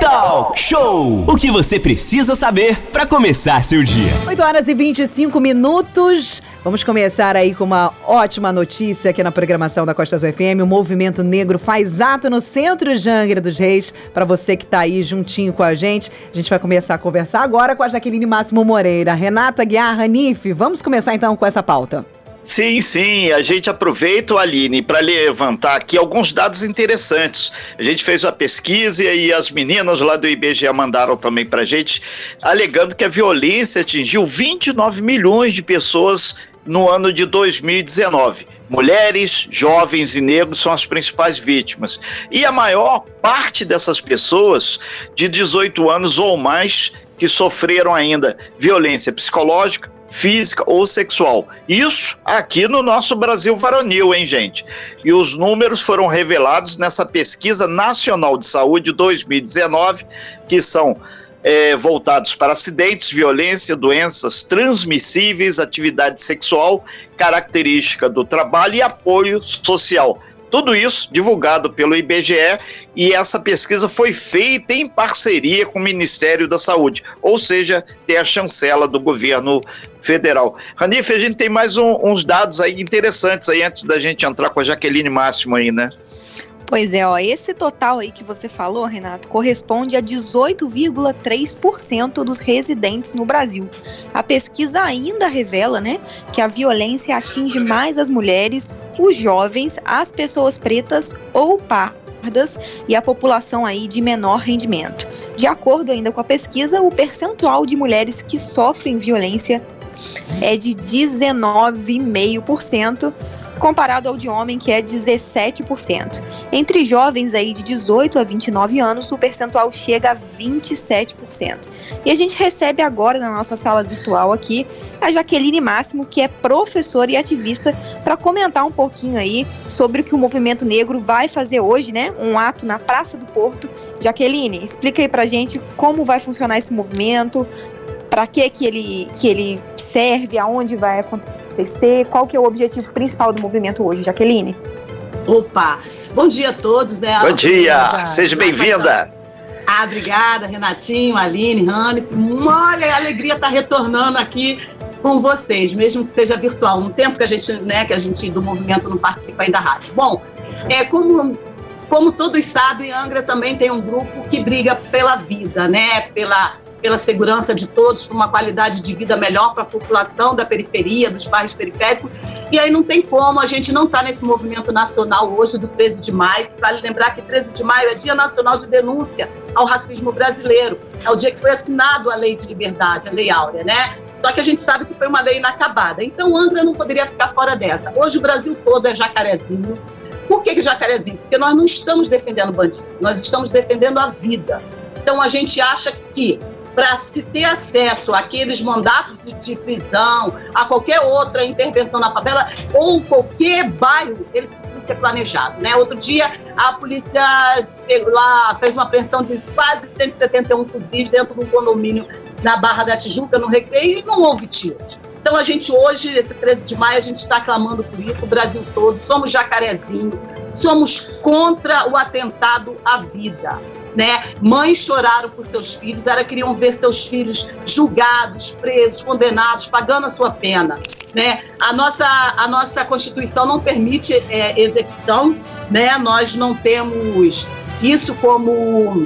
Talk Show. O que você precisa saber para começar seu dia. 8h25. Vamos começar aí com uma ótima notícia aqui na programação da Costa Azul FM. O Movimento Negro faz ato no centro de Angra dos Reis. Para você que tá aí juntinho com a gente vai começar a conversar agora com a Jaqueline Máximo Moreira. Renato Aguiar, Ranife, vamos começar então com essa pauta. Sim, a gente aproveita, Aline, para levantar aqui alguns dados interessantes. A gente fez a pesquisa e as meninas lá do IBGE mandaram também para a gente, alegando que a violência atingiu 29 milhões de pessoas no ano de 2019. Mulheres, jovens e negros são as principais vítimas. E a maior parte dessas pessoas de 18 anos ou mais que sofreram ainda violência psicológica, física ou sexual. Isso aqui no nosso Brasil varonil, hein, gente? E os números foram revelados nessa pesquisa nacional de saúde 2019, que são voltados para acidentes, violência, doenças transmissíveis, atividade sexual, característica do trabalho e apoio social. Tudo isso divulgado pelo IBGE, e essa pesquisa foi feita em parceria com o Ministério da Saúde, ou seja, tem a chancela do governo federal. Ranife, a gente tem mais uns dados aí interessantes aí antes da gente entrar com a Jaqueline Máximo aí, né? Pois é, esse total aí que você falou, Renato, corresponde a 18,3% dos residentes no Brasil. A pesquisa ainda revela, que a violência atinge mais as mulheres, os jovens, as pessoas pretas ou pardas e a população aí de menor rendimento. De acordo ainda com a pesquisa, o percentual de mulheres que sofrem violência é de 19,5%, comparado ao de homem, que é 17%. Entre jovens aí de 18 a 29 anos, o percentual chega a 27%. E a gente recebe agora na nossa sala virtual aqui a Jaqueline Máximo, que é professora e ativista, para comentar um pouquinho aí sobre o que o Movimento Negro vai fazer hoje, um ato na Praça do Porto. Jaqueline, explica aí pra gente como vai funcionar esse movimento, para que ele serve, aonde vai acontecer, qual que é o objetivo principal do movimento hoje, Jaqueline? Opa, bom dia a todos, Bom dia, seja bem-vinda. Obrigada, Renatinho, Aline, Rani, olha, a alegria está retornando aqui com vocês, mesmo que seja virtual, um tempo que a gente do movimento não participa ainda da rádio. Bom, como todos sabem, Angra também tem um grupo que briga pela vida, pela segurança de todos, por uma qualidade de vida melhor para a população da periferia, dos bairros periféricos. E aí não tem como a gente não estar nesse movimento nacional hoje do 13 de maio. Vale lembrar que 13 de maio é Dia Nacional de Denúncia ao Racismo Brasileiro. É o dia que foi assinado a Lei de Liberdade, a Lei Áurea, Só que a gente sabe que foi uma lei inacabada. Então, Angra não poderia ficar fora dessa. Hoje o Brasil todo é jacarezinho. Por que jacarezinho? Porque nós não estamos defendendo bandido, nós estamos defendendo a vida. Então, a gente acha que para se ter acesso àqueles mandatos de prisão, a qualquer outra intervenção na favela ou qualquer bairro, ele precisa ser planejado, Outro dia, a polícia fez uma apreensão de quase 171 fuzis dentro de um condomínio na Barra da Tijuca, no Recreio, e não houve tiros. Então, a gente hoje, esse 13 de maio, a gente está clamando por isso, o Brasil todo, somos jacarezinho, somos contra o atentado à vida. Mães choraram por seus filhos, queriam ver seus filhos julgados, presos, condenados, pagando a sua pena. A nossa Constituição não permite execução, nós não temos isso como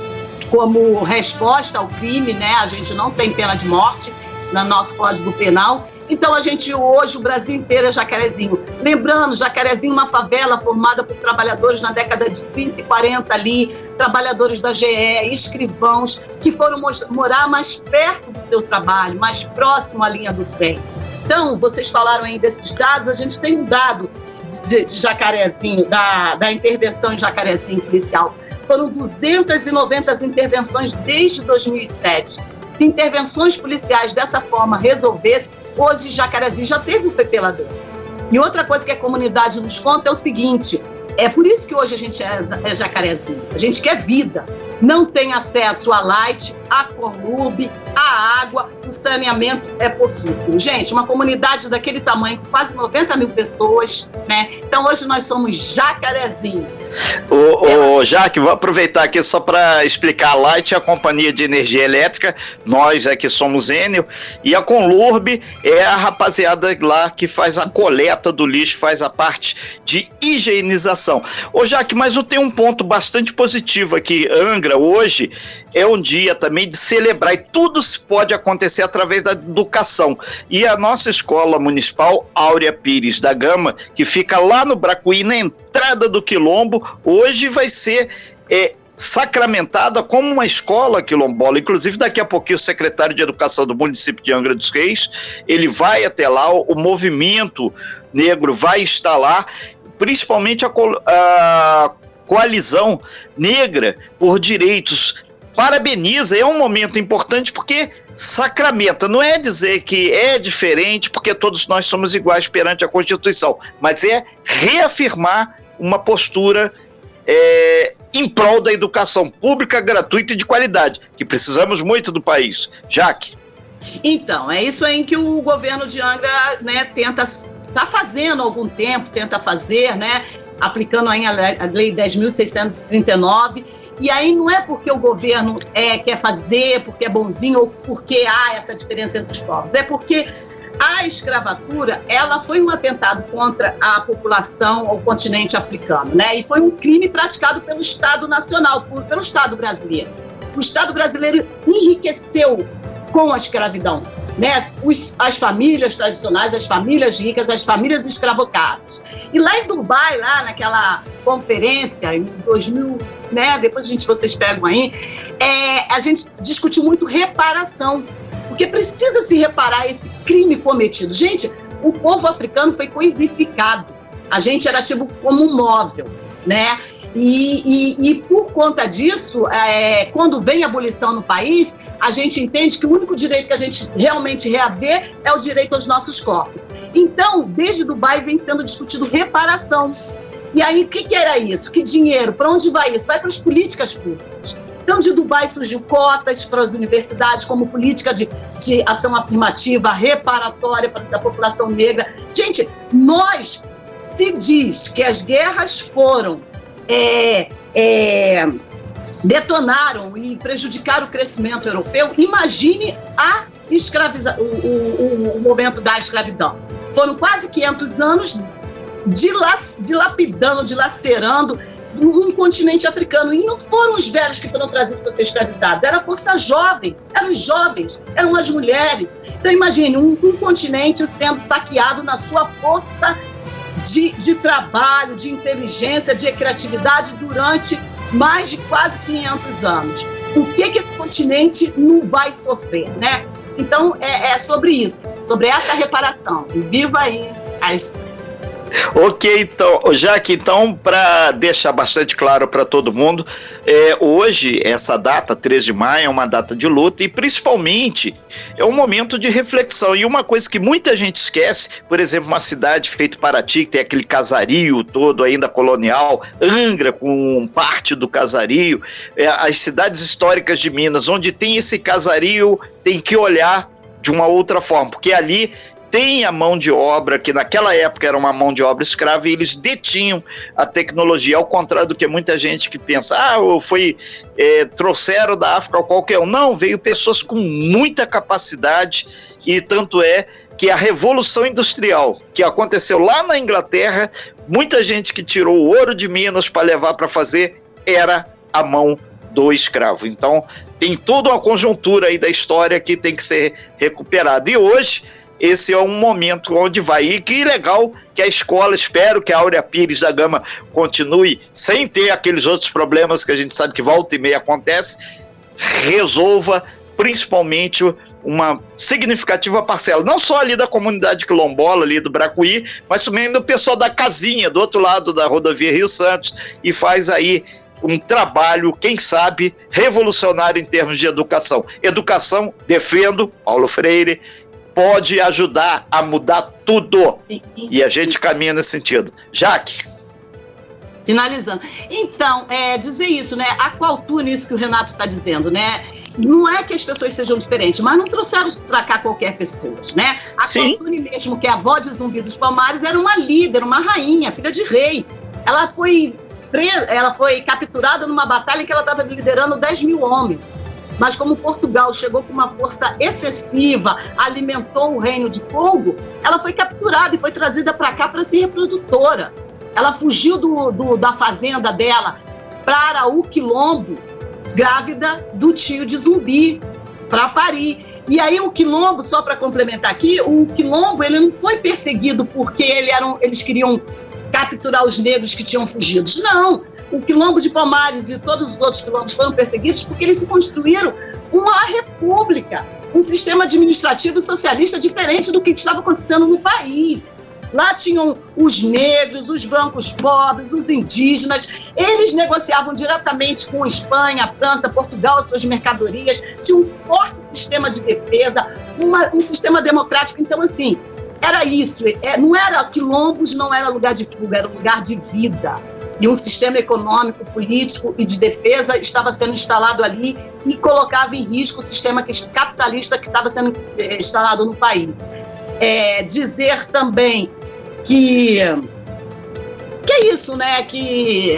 resposta ao crime, a gente não tem pena de morte no nosso Código Penal. Então, hoje, o Brasil inteiro é jacarezinho. Lembrando, Jacarezinho, uma favela formada por trabalhadores na década de 30 e 40 ali, trabalhadores da GE, escrivãos, que foram morar mais perto do seu trabalho, mais próximo à linha do trem. Então, vocês falaram aí desses dados, a gente tem um dado de Jacarezinho, da intervenção em Jacarezinho policial. Foram 290 intervenções desde 2007. Se intervenções policiais dessa forma resolvessem, hoje Jacarezinho já teve um pepelador. E outra coisa que a comunidade nos conta é o seguinte, é por isso que hoje a gente é jacarezinho, a gente quer vida, não tem acesso a light, a Conlurb, a água, o saneamento é pouquíssimo. Gente, uma comunidade daquele tamanho, com quase 90 mil pessoas, né? Então hoje nós somos Jacarezinho. Jaque, vou aproveitar aqui só para explicar. A Light é a companhia de energia elétrica, nós aqui somos Enel, e a Conlurb é a rapaziada lá que faz a coleta do lixo, faz a parte de higienização. Jaque, mas eu tenho um ponto bastante positivo aqui. Angra hoje é um dia também de celebrar, e tudo pode acontecer através da educação. E a nossa escola municipal, Áurea Pires da Gama, que fica lá no Bracuí, na entrada do Quilombo, hoje vai ser sacramentada como uma escola quilombola. Inclusive, daqui a pouquinho, o secretário de Educação do município de Angra dos Reis, ele vai até lá, o movimento negro vai estar lá, principalmente a Coalizão Negra por Direitos parabeniza. É um momento importante porque sacramenta, não é dizer que é diferente porque todos nós somos iguais perante a Constituição, mas é reafirmar uma postura em prol da educação pública, gratuita e de qualidade, que precisamos muito do país. Jaque. Então, é isso aí que o governo de Angra, né, está fazendo há algum tempo, tenta fazer, né, aplicando aí a Lei 10.639, e aí não é porque o governo quer fazer, porque é bonzinho, ou porque há essa diferença entre os povos, é porque a escravatura, ela foi um atentado contra a população, o continente africano, né? E foi um crime praticado pelo Estado Nacional, pelo Estado brasileiro. O Estado brasileiro enriqueceu com a escravidão, né? As famílias tradicionais, as famílias ricas, as famílias escravocadas. E lá em Dubai, lá naquela conferência, em 2000, né? Depois vocês pegam aí, a gente discutiu muito reparação, porque precisa se reparar esse crime cometido. Gente, o povo africano foi coisificado. A gente era tido como um móvel, né? E por conta disso, quando vem a abolição no país, a gente entende que o único direito que a gente realmente reaver é o direito aos nossos corpos. Então, desde Dubai vem sendo discutido reparação. E aí, o que era isso? Que dinheiro? Para onde vai isso? Vai para as políticas públicas. Então, de Dubai surgiu cotas para as universidades como política de ação afirmativa, reparatória para essa população negra. Gente, nós se diz que as guerras foram, detonaram e prejudicaram o crescimento europeu. Imagine o momento da escravidão. Foram quase 500 anos dilapidando, dilacerando um continente africano. E não foram os velhos que foram trazidos para ser escravizados, era a força jovem, eram os jovens, eram as mulheres. Então imagine um continente sendo saqueado na sua força de trabalho, de inteligência, de criatividade durante mais de quase 500 anos. O que esse continente não vai sofrer, né? Então é sobre isso, sobre essa reparação. E viva aí as... Ok, então, Jaque, para deixar bastante claro para todo mundo, hoje, essa data, 3 de maio, é uma data de luta e, principalmente, é um momento de reflexão. E uma coisa que muita gente esquece, por exemplo, uma cidade feita Paraty, que tem aquele casario todo ainda colonial, Angra, com parte do casario, as cidades históricas de Minas, onde tem esse casario, tem que olhar de uma outra forma, porque ali tem a mão de obra, que naquela época era uma mão de obra escrava, e eles detinham a tecnologia, ao contrário do que muita gente que pensa, trouxeram da África qualquer um. Não, veio pessoas com muita capacidade, e tanto é que a Revolução Industrial, que aconteceu lá na Inglaterra, muita gente que tirou o ouro de Minas para levar para fazer, era a mão do escravo. Então, tem toda uma conjuntura aí da história que tem que ser recuperada. E hoje, esse é um momento onde vai. E que legal que a escola, espero que a Áurea Pires da Gama continue sem ter aqueles outros problemas que a gente sabe que volta e meia acontece, resolva principalmente uma significativa parcela, não só ali da comunidade quilombola, ali do Bracuí, mas também do pessoal da casinha, do outro lado da rodovia Rio Santos, e faz aí um trabalho, quem sabe, revolucionário em termos de educação. Educação, defendo, Paulo Freire, pode ajudar a mudar tudo. E a gente caminha nesse sentido. Jaque. Finalizando. Então, dizer isso, né? A qual altura isso que o Renato está dizendo, né? não é que as pessoas sejam diferentes, mas não trouxeram para cá qualquer pessoa, né? A Contune mesmo, que é a avó de Zumbi dos Palmares, era uma líder, uma rainha, filha de rei. Ela foi capturada numa batalha em que ela estava liderando 10 mil homens. Mas como Portugal chegou com uma força excessiva, alimentou o reino de Congo, ela foi capturada e foi trazida para cá para ser reprodutora. Ela fugiu da fazenda dela para o Quilombo, grávida do tio de Zumbi, para parir. E aí o Quilombo, só para complementar aqui, o Quilombo ele não foi perseguido porque eles queriam capturar os negros que tinham fugido. Não, o Quilombo de Palmares e todos os outros quilombos foram perseguidos porque eles se construíram uma república, um sistema administrativo socialista diferente do que estava acontecendo no país. Lá tinham os negros, os brancos pobres, os indígenas. Eles negociavam diretamente com a Espanha, a França, Portugal, as suas mercadorias. Tinha um forte sistema de defesa, um sistema democrático. Então, assim, era isso. Não era quilombos, não era lugar de fuga, era um lugar de vida. E um sistema econômico, político e de defesa estava sendo instalado ali e colocava em risco o sistema capitalista que estava sendo instalado no país. Dizer também que é isso, né? Que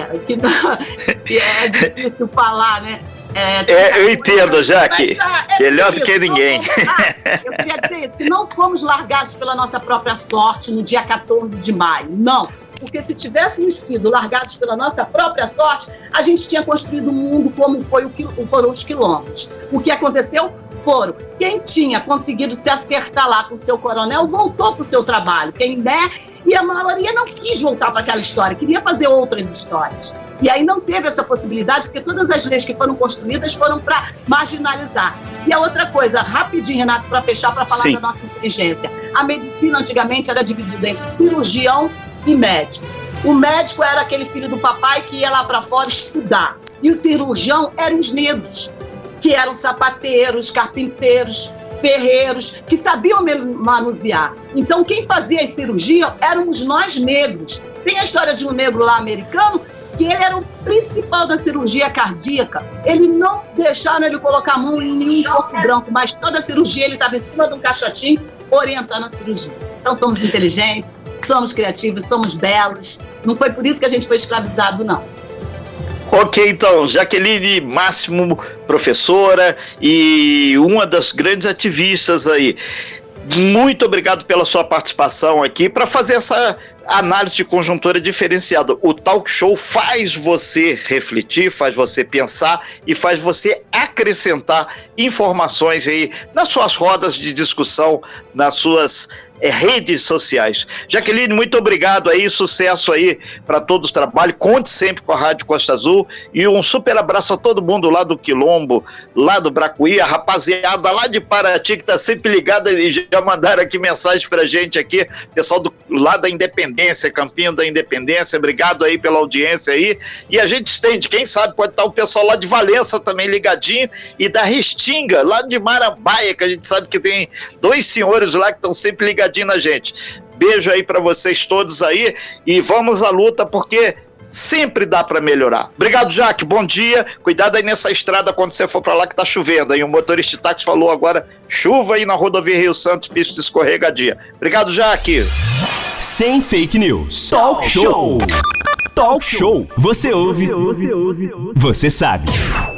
é difícil falar, né? Eu entendo, Jaque. Melhor do que ninguém. Eu queria dizer isso, que não fomos largados pela nossa própria sorte no dia 14 de maio. Não. Porque se tivéssemos sido largados pela nossa própria sorte, a gente tinha construído o mundo como foram os quilombos. O que aconteceu? Quem tinha conseguido se acertar lá com o seu coronel voltou para o seu trabalho. E a maioria não quis voltar para aquela história, queria fazer outras histórias. E aí não teve essa possibilidade, porque todas as leis que foram construídas foram para marginalizar. E a outra coisa, rapidinho, Renato, para fechar, para falar da nossa inteligência. A medicina antigamente era dividida entre cirurgião e médico. O médico era aquele filho do papai que ia lá para fora estudar. E o cirurgião eram os negros, que eram sapateiros, carpinteiros, ferreiros, que sabiam manusear. Então, quem fazia a cirurgia éramos nós negros. Tem a história de um negro lá americano que ele era o principal da cirurgia cardíaca. Ele não deixaram ele colocar a mão em nenhum corpo branco, mas toda a cirurgia ele estava em cima de um caixotinho orientando a cirurgia. Então, somos inteligentes, somos criativos, somos belos. Não foi por isso que a gente foi escravizado, não. Ok, então, Jaqueline Máximo, professora e uma das grandes ativistas aí. Muito obrigado pela sua participação aqui para fazer essa análise de conjuntura diferenciada. O talk show faz você refletir, faz você pensar e faz você acrescentar informações aí nas suas rodas de discussão, nas suas redes sociais. Jaqueline, muito obrigado aí, sucesso aí para todos os trabalhos, conte sempre com a Rádio Costa Azul e um super abraço a todo mundo lá do Quilombo, lá do Bracuí, a rapaziada lá de Paraty que tá sempre ligada e já mandaram aqui mensagem pra gente aqui, pessoal lá da Independência, Campinho da Independência, obrigado aí pela audiência aí, e a gente estende, quem sabe pode estar o pessoal lá de Valença também ligadinho e da Restinga, lá de Marambaia, que a gente sabe que tem 2 senhores lá que estão sempre ligadinhos na gente. Beijo aí para vocês todos aí e vamos à luta porque sempre dá para melhorar. Obrigado, Jaque, bom dia, cuidado aí nessa estrada quando você for para lá que tá chovendo aí, o motorista de táxi falou agora, chuva aí na rodovia Rio Santos, pista escorregadia. Obrigado, Jaque. Sem fake news, talk show. Talk show, você ouve, você sabe.